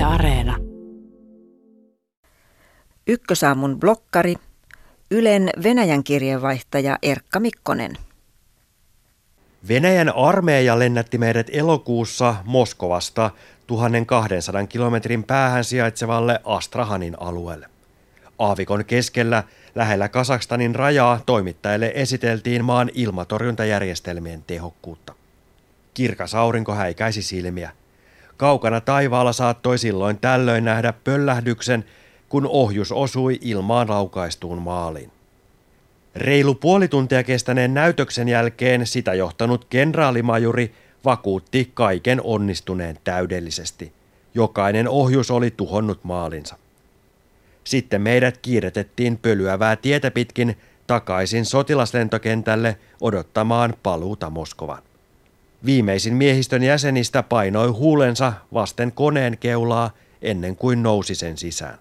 Areena. Ykkösaamun blokkari, Ylen Venäjän kirjeenvaihtaja Erkka Mikkonen. Venäjän armeija lennätti meidät elokuussa Moskovasta 1200 kilometrin päähän sijaitsevalle Astrahanin alueelle. Aavikon keskellä lähellä Kazakstanin rajaa toimittajille esiteltiin maan ilmatorjuntajärjestelmien tehokkuutta. Kirkas aurinko häikäisi silmiä. Kaukana taivaalla saattoi silloin tällöin nähdä pöllähdyksen, kun ohjus osui ilmaan laukaistuun maaliin. Reilu puoli tuntia kestäneen näytöksen jälkeen sitä johtanut kenraalimajuri vakuutti kaiken onnistuneen täydellisesti. Jokainen ohjus oli tuhonnut maalinsa. Sitten meidät kiiretettiin pölyävää tietä pitkin takaisin sotilaslentokentälle odottamaan paluuta Moskovaan. Viimeisin miehistön jäsenistä painoi huulensa vasten koneen keulaa ennen kuin nousi sen sisään.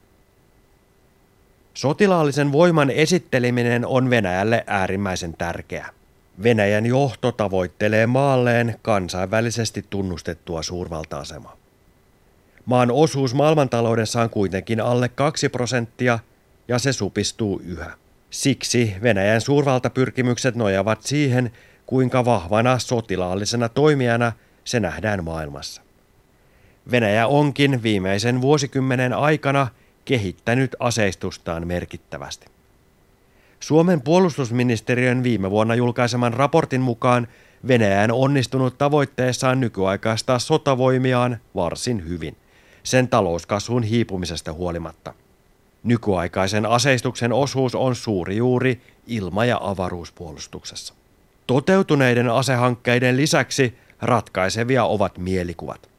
Sotilaallisen voiman esitteleminen on Venäjälle äärimmäisen tärkeää. Venäjän johto tavoittelee maalleen kansainvälisesti tunnustettua suurvalta-asemaa. Maan osuus maailmantaloudessa on kuitenkin alle 2% ja se supistuu yhä. Siksi Venäjän suurvaltapyrkimykset nojaavat siihen, kuinka vahvana sotilaallisena toimijana se nähdään maailmassa. Venäjä onkin viimeisen vuosikymmenen aikana kehittänyt aseistustaan merkittävästi. Suomen puolustusministeriön viime vuonna julkaiseman raportin mukaan Venäjä on onnistunut tavoitteessaan nykyaikaistaa sotavoimiaan varsin hyvin, sen talouskasvun hiipumisesta huolimatta. Nykyaikaisen aseistuksen osuus on suuri juuri ilma- ja avaruuspuolustuksessa. Toteutuneiden asehankkeiden lisäksi ratkaisevia ovat mielikuvat.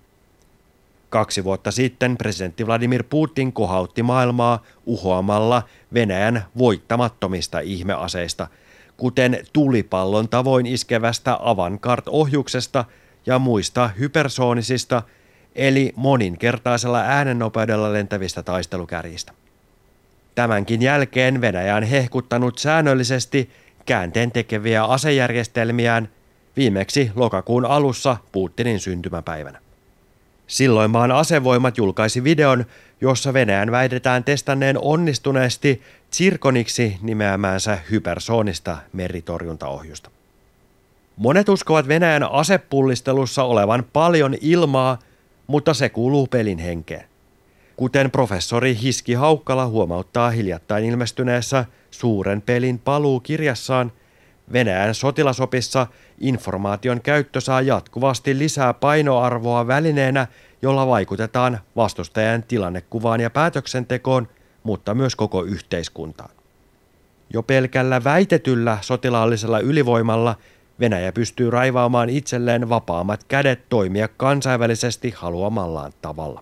2 vuotta sitten presidentti Vladimir Putin kohautti maailmaa uhoamalla Venäjän voittamattomista ihmeaseista, kuten tulipallon tavoin iskevästä Avangard-ohjuksesta ja muista hypersoonisista, eli moninkertaisella äänennopeudella lentävistä taistelukärjistä. Tämänkin jälkeen Venäjä on hehkuttanut säännöllisesti käänteen tekeviä asejärjestelmiään, viimeksi lokakuun alussa Putinin syntymäpäivänä. Silloin maan asevoimat julkaisi videon, jossa Venäjän väitetään testanneen onnistuneesti Zirkoniksi nimeämäänsä hypersoonista meritorjuntaohjusta. Monet uskovat Venäjän asepullistelussa olevan paljon ilmaa, mutta se kuuluu pelin henkeen. Kuten professori Hiski Haukkala huomauttaa hiljattain ilmestyneessä Suuren pelin paluu-kirjassaan, Venäjän sotilasopissa informaation käyttö saa jatkuvasti lisää painoarvoa välineenä, jolla vaikutetaan vastustajan tilannekuvaan ja päätöksentekoon, mutta myös koko yhteiskuntaan. Jo pelkällä väitetyllä sotilaallisella ylivoimalla Venäjä pystyy raivaamaan itselleen vapaammat kädet toimia kansainvälisesti haluamallaan tavalla.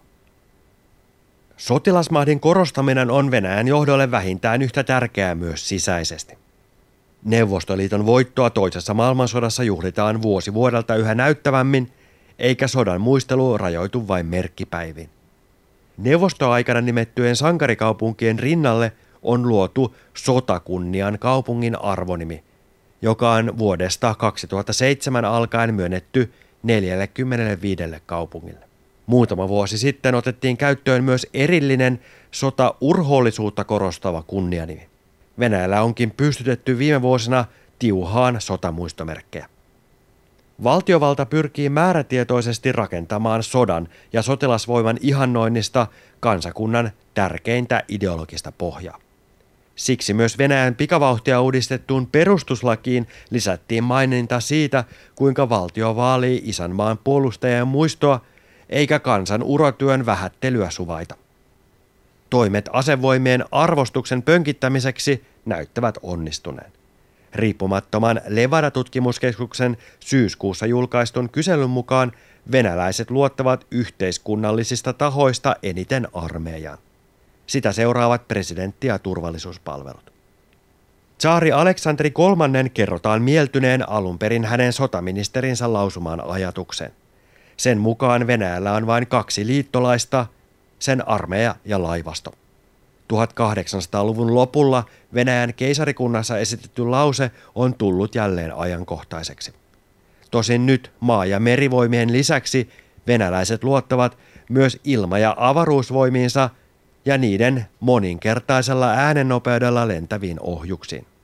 Sotilasmahdin korostaminen on Venäjän johdolle vähintään yhtä tärkeää myös sisäisesti. Neuvostoliiton voittoa toisessa maailmansodassa juhlitaan vuosi vuodelta yhä näyttävämmin, eikä sodan muistelu rajoitu vain merkkipäiviin. Neuvostoaikana nimettyjen sankarikaupunkien rinnalle on luotu Sotakunnian kaupungin arvonimi, joka on vuodesta 2007 alkaen myönnetty 45 kaupungille. Muutama vuosi sitten otettiin käyttöön myös erillinen sotaurhoollisuutta korostava kunnianimi. Venäjällä onkin pystytetty viime vuosina tiuhaan sotamuistomerkkejä. Valtiovalta pyrkii määrätietoisesti rakentamaan sodan ja sotilasvoiman ihannoinnista kansakunnan tärkeintä ideologista pohjaa. Siksi myös Venäjän pikavauhtia uudistettuun perustuslakiin lisättiin maininta siitä, kuinka valtio vaalii isänmaan puolustajien muistoa, eikä kansan urotyön vähättelyä suvaita. Toimet asevoimien arvostuksen pönkittämiseksi näyttävät onnistuneen. Riippumattoman Levada-tutkimuskeskuksen syyskuussa julkaistun kyselyn mukaan venäläiset luottavat yhteiskunnallisista tahoista eniten armeijaan. Sitä seuraavat presidentti- ja turvallisuuspalvelut. Tsaari Aleksanteri III kerrotaan mieltyneen alun perin hänen sotaministerinsä lausumaan ajatukseen. Sen mukaan Venäjällä on vain 2 liittolaista, sen armeija ja laivasto. 1800-luvun lopulla Venäjän keisarikunnassa esitetty lause on tullut jälleen ajankohtaiseksi. Tosin nyt maa- ja merivoimien lisäksi venäläiset luottavat myös ilma- ja avaruusvoimiinsa ja niiden moninkertaisella äänennopeudella lentäviin ohjuksiin.